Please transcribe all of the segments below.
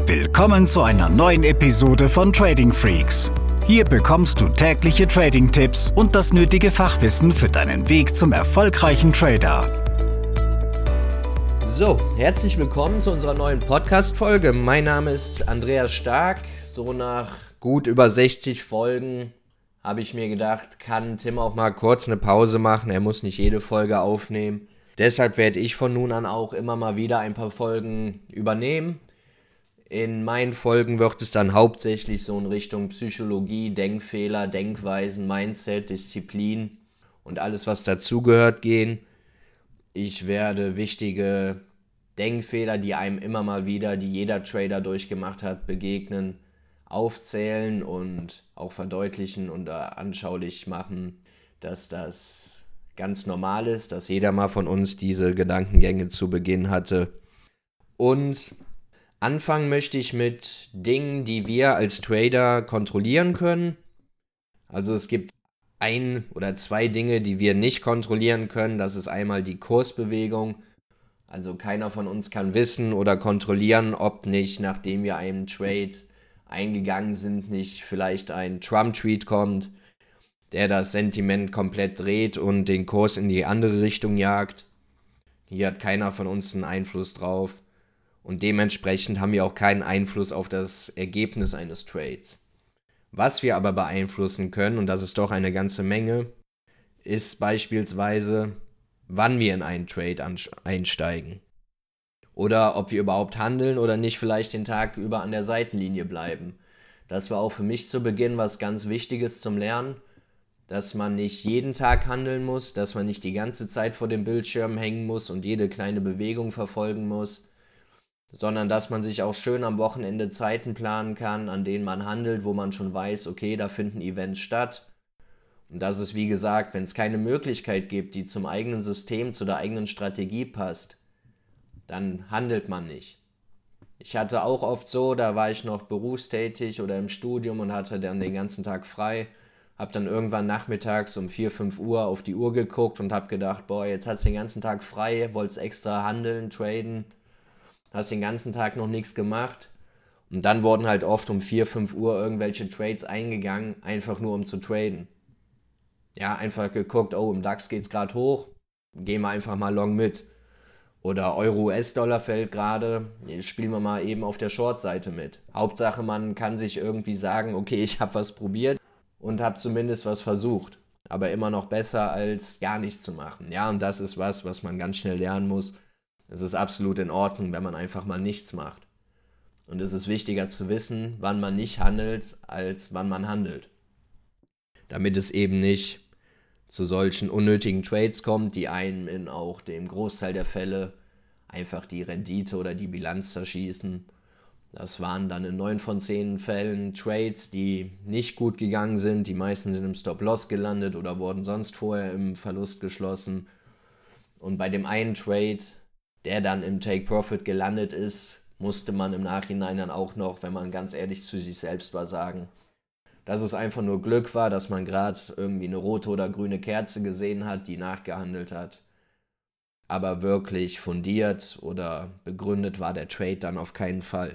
Willkommen zu einer neuen Episode von Trading Freaks. Hier bekommst du tägliche Trading-Tipps und das nötige Fachwissen für deinen Weg zum erfolgreichen Trader. So, herzlich willkommen zu unserer neuen Podcast-Folge. Mein Name ist Andreas Stark. So nach gut über 60 Folgen habe ich mir gedacht, kann Tim auch mal kurz eine Pause machen. Er muss nicht jede Folge aufnehmen. Deshalb werde ich von nun an auch immer mal wieder ein paar Folgen übernehmen. In meinen Folgen wird es dann hauptsächlich so in Richtung Psychologie, Denkfehler, Denkweisen, Mindset, Disziplin und alles, was dazugehört, gehen. Ich werde wichtige Denkfehler, die einem immer mal wieder, die jeder Trader durchgemacht hat, begegnen, aufzählen und auch verdeutlichen und anschaulich machen, dass das ganz normal ist, dass jeder mal von uns diese Gedankengänge zu Beginn hatte. Und anfangen möchte ich mit Dingen, die wir als Trader kontrollieren können. Also es gibt ein oder zwei Dinge, die wir nicht kontrollieren können. Das ist einmal die Kursbewegung. Also keiner von uns kann wissen oder kontrollieren, ob nicht, nachdem wir einen Trade eingegangen sind, nicht vielleicht ein Trump-Tweet kommt, der das Sentiment komplett dreht und den Kurs in die andere Richtung jagt. Hier hat keiner von uns einen Einfluss drauf. Und dementsprechend haben wir auch keinen Einfluss auf das Ergebnis eines Trades. Was wir aber beeinflussen können, und das ist doch eine ganze Menge, ist beispielsweise, wann wir in einen Trade einsteigen. Oder ob wir überhaupt handeln oder nicht vielleicht den Tag über an der Seitenlinie bleiben. Das war auch für mich zu Beginn was ganz Wichtiges zum Lernen, dass man nicht jeden Tag handeln muss, dass man nicht die ganze Zeit vor dem Bildschirm hängen muss und jede kleine Bewegung verfolgen muss, sondern dass man sich auch schön am Wochenende Zeiten planen kann, an denen man handelt, wo man schon weiß, okay, da finden Events statt. Und das ist, wie gesagt, wenn es keine Möglichkeit gibt, die zum eigenen System, zu der eigenen Strategie passt, dann handelt man nicht. Ich hatte auch oft so, da war ich noch berufstätig oder im Studium und hatte dann den ganzen Tag frei, habe dann irgendwann nachmittags um 4, 5 Uhr auf die Uhr geguckt und habe gedacht, boah, jetzt hat's den ganzen Tag frei, wollt's extra handeln, traden, hast den ganzen Tag noch nichts gemacht und dann wurden halt oft um 4, 5 Uhr irgendwelche Trades eingegangen, einfach nur um zu traden. Ja, einfach geguckt, oh, im DAX geht's gerade hoch, gehen wir einfach mal long mit. Oder Euro-US-Dollar fällt gerade, spielen wir mal eben auf der Short-Seite mit. Hauptsache, man kann sich irgendwie sagen, okay, ich habe was probiert und habe zumindest was versucht. Aber immer noch besser, als gar nichts zu machen. Ja, und das ist was man ganz schnell lernen muss. Es ist absolut in Ordnung, wenn man einfach mal nichts macht. Und es ist wichtiger zu wissen, wann man nicht handelt, als wann man handelt. Damit es eben nicht zu solchen unnötigen Trades kommt, die einem in auch dem Großteil der Fälle einfach die Rendite oder die Bilanz zerschießen. Das waren dann in 9 von 10 Fällen Trades, die nicht gut gegangen sind. Die meisten sind im Stop-Loss gelandet oder wurden sonst vorher im Verlust geschlossen. Und bei dem einen Trade, der dann im Take-Profit gelandet ist, musste man im Nachhinein dann auch noch, wenn man ganz ehrlich zu sich selbst war, sagen, dass es einfach nur Glück war, dass man gerade irgendwie eine rote oder grüne Kerze gesehen hat, die nachgehandelt hat. Aber wirklich fundiert oder begründet war der Trade dann auf keinen Fall.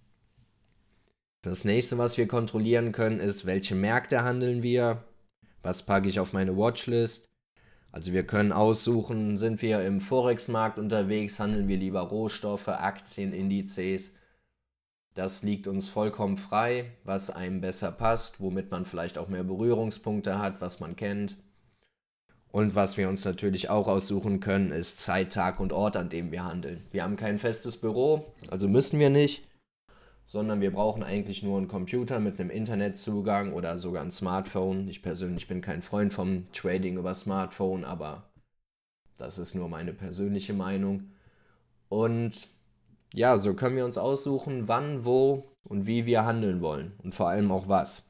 Das nächste, was wir kontrollieren können, ist, welche Märkte handeln wir, was packe ich auf meine Watchlist. Also wir können aussuchen, sind wir im Forex-Markt unterwegs, handeln wir lieber Rohstoffe, Aktien, Indizes. Das liegt uns vollkommen frei, was einem besser passt, womit man vielleicht auch mehr Berührungspunkte hat, was man kennt. Und was wir uns natürlich auch aussuchen können, ist Zeit, Tag und Ort, an dem wir handeln. Wir haben kein festes Büro, also müssen wir nicht, sondern wir brauchen eigentlich nur einen Computer mit einem Internetzugang oder sogar ein Smartphone. Ich persönlich bin kein Freund vom Trading über Smartphone, aber das ist nur meine persönliche Meinung. Und ja, so können wir uns aussuchen, wann, wo und wie wir handeln wollen und vor allem auch was.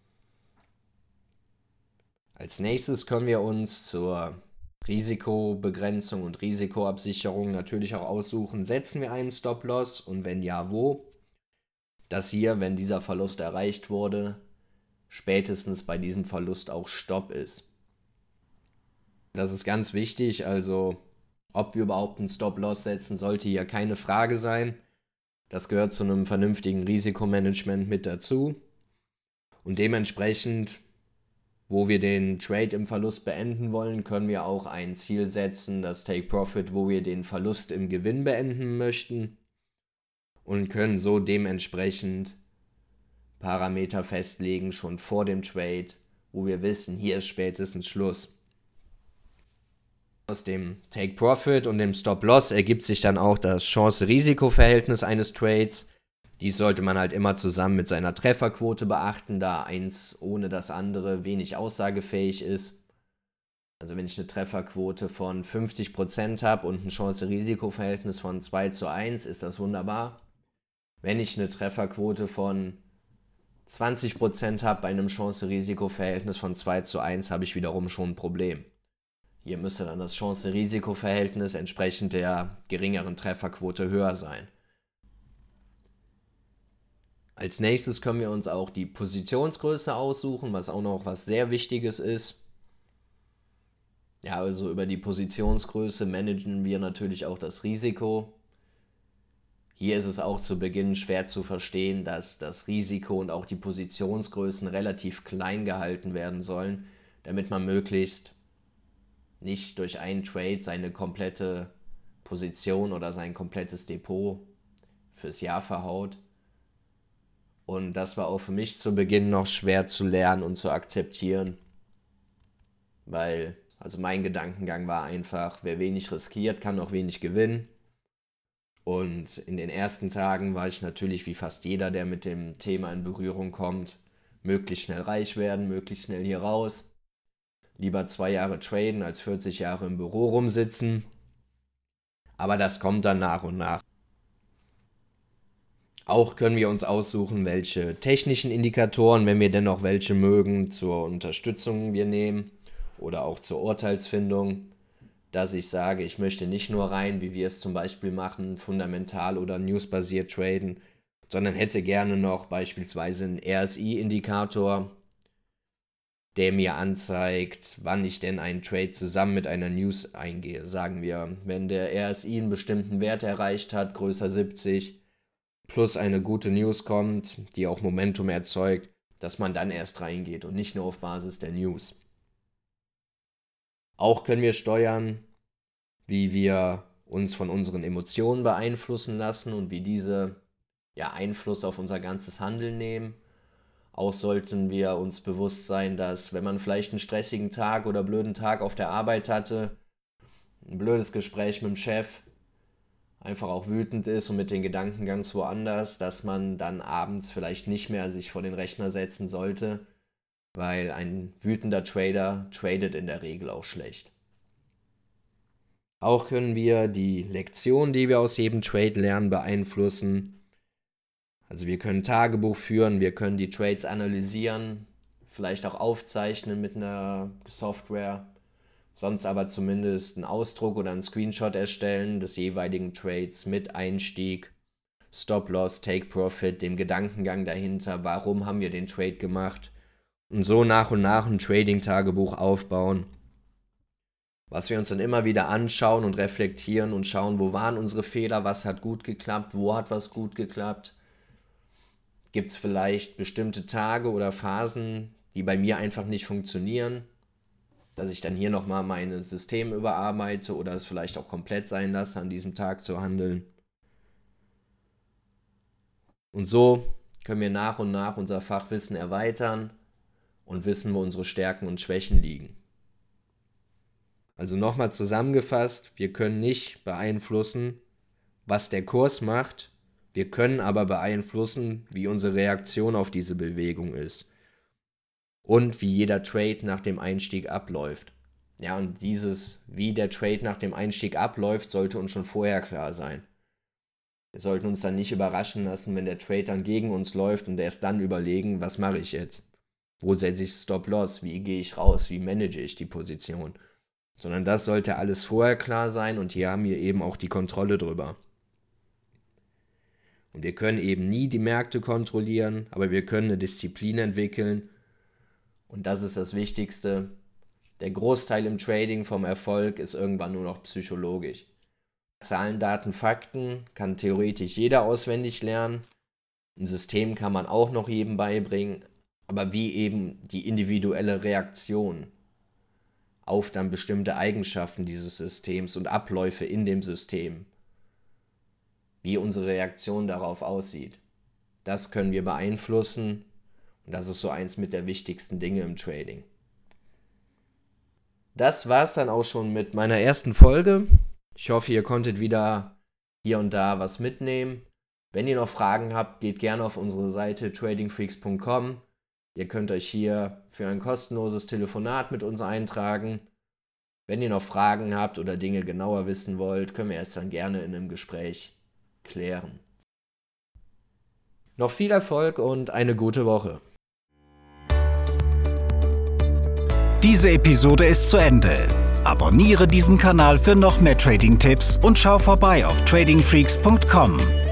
Als nächstes können wir uns zur Risikobegrenzung und Risikoabsicherung natürlich auch aussuchen, setzen wir einen Stop-Loss und wenn ja, wo? Dass hier, wenn dieser Verlust erreicht wurde, spätestens bei diesem Verlust auch Stopp ist. Das ist ganz wichtig, also ob wir überhaupt einen Stop-Loss setzen, sollte hier keine Frage sein. Das gehört zu einem vernünftigen Risikomanagement mit dazu. Und dementsprechend, wo wir den Trade im Verlust beenden wollen, können wir auch ein Ziel setzen, das Take Profit, wo wir den Verlust im Gewinn beenden möchten und können so dementsprechend Parameter festlegen, schon vor dem Trade, wo wir wissen, hier ist spätestens Schluss. Aus dem Take Profit und dem Stop Loss ergibt sich dann auch das Chance-Risiko-Verhältnis eines Trades. Dies sollte man halt immer zusammen mit seiner Trefferquote beachten, da eins ohne das andere wenig aussagefähig ist. Also wenn ich eine Trefferquote von 50% habe und ein Chance-Risiko-Verhältnis von 2:1, ist das wunderbar. Wenn ich eine Trefferquote von 20% habe bei einem Chance-Risiko-Verhältnis von 2:1, habe ich wiederum schon ein Problem. Hier müsste dann das Chance-Risiko-Verhältnis entsprechend der geringeren Trefferquote höher sein. Als nächstes können wir uns auch die Positionsgröße aussuchen, was auch noch was sehr Wichtiges ist. Ja, also über die Positionsgröße managen wir natürlich auch das Risiko. Hier ist es auch zu Beginn schwer zu verstehen, dass das Risiko und auch die Positionsgrößen relativ klein gehalten werden sollen, damit man möglichst nicht durch einen Trade seine komplette Position oder sein komplettes Depot fürs Jahr verhaut. Und das war auch für mich zu Beginn noch schwer zu lernen und zu akzeptieren, weil, also mein Gedankengang war einfach, wer wenig riskiert, kann auch wenig gewinnen. Und in den ersten Tagen war ich natürlich, wie fast jeder, der mit dem Thema in Berührung kommt, möglichst schnell reich werden, möglichst schnell hier raus. Lieber 2 Jahre traden, als 40 Jahre im Büro rumsitzen. Aber das kommt dann nach und nach. Auch können wir uns aussuchen, welche technischen Indikatoren, wenn wir denn noch welche mögen, zur Unterstützung wir nehmen oder auch zur Urteilsfindung, dass ich sage, ich möchte nicht nur rein, wie wir es zum Beispiel machen, fundamental oder newsbasiert traden, sondern hätte gerne noch beispielsweise einen RSI-Indikator, der mir anzeigt, wann ich denn einen Trade zusammen mit einer News eingehe. Sagen wir, wenn der RSI einen bestimmten Wert erreicht hat, größer 70, plus eine gute News kommt, die auch Momentum erzeugt, dass man dann erst reingeht und nicht nur auf Basis der News. Auch können wir steuern, wie wir uns von unseren Emotionen beeinflussen lassen und wie diese Einfluss auf unser ganzes Handeln nehmen. Auch sollten wir uns bewusst sein, dass wenn man vielleicht einen stressigen Tag oder blöden Tag auf der Arbeit hatte, ein blödes Gespräch mit dem Chef, einfach auch wütend ist und mit den Gedanken ganz woanders, dass man dann abends vielleicht nicht mehr sich vor den Rechner setzen sollte, weil ein wütender Trader tradet in der Regel auch schlecht. Auch können wir die Lektion, die wir aus jedem Trade lernen, beeinflussen. Also wir können Tagebuch führen, wir können die Trades analysieren, vielleicht auch aufzeichnen mit einer Software, sonst aber zumindest einen Ausdruck oder einen Screenshot erstellen des jeweiligen Trades mit Einstieg, Stop-Loss, Take-Profit, dem Gedankengang dahinter, warum haben wir den Trade gemacht und so nach und nach ein Trading-Tagebuch aufbauen, was wir uns dann immer wieder anschauen und reflektieren und schauen, wo waren unsere Fehler, was hat gut geklappt, wo hat was gut geklappt. Gibt es vielleicht bestimmte Tage oder Phasen, die bei mir einfach nicht funktionieren, dass ich dann hier nochmal mein System überarbeite oder es vielleicht auch komplett sein lasse, an diesem Tag zu handeln. Und so können wir nach und nach unser Fachwissen erweitern und wissen, wo unsere Stärken und Schwächen liegen. Also nochmal zusammengefasst, wir können nicht beeinflussen, was der Kurs macht. Wir können aber beeinflussen, wie unsere Reaktion auf diese Bewegung ist und wie jeder Trade nach dem Einstieg abläuft. Ja, und wie der Trade nach dem Einstieg abläuft, sollte uns schon vorher klar sein. Wir sollten uns dann nicht überraschen lassen, wenn der Trade dann gegen uns läuft und erst dann überlegen, was mache ich jetzt? Wo setze ich Stop-Loss? Wie gehe ich raus? Wie manage ich die Position? Sondern das sollte alles vorher klar sein und hier haben wir eben auch die Kontrolle drüber. Und wir können eben nie die Märkte kontrollieren, aber wir können eine Disziplin entwickeln. Und das ist das Wichtigste. Der Großteil im Trading vom Erfolg ist irgendwann nur noch psychologisch. Zahlen, Daten, Fakten kann theoretisch jeder auswendig lernen. Ein System kann man auch noch jedem beibringen, aber wie eben die individuelle Reaktion auf dann bestimmte Eigenschaften dieses Systems und Abläufe in dem System, wie unsere Reaktion darauf aussieht, das können wir beeinflussen und das ist so eins mit der wichtigsten Dinge im Trading. Das war's dann auch schon mit meiner ersten Folge. Ich hoffe, ihr konntet wieder hier und da was mitnehmen. Wenn ihr noch Fragen habt, geht gerne auf unsere Seite tradingfreaks.com. Ihr könnt euch hier für ein kostenloses Telefonat mit uns eintragen. Wenn ihr noch Fragen habt oder Dinge genauer wissen wollt, können wir es dann gerne in einem Gespräch klären. Noch viel Erfolg und eine gute Woche. Diese Episode ist zu Ende. Abonniere diesen Kanal für noch mehr Trading-Tipps und schau vorbei auf tradingfreaks.com.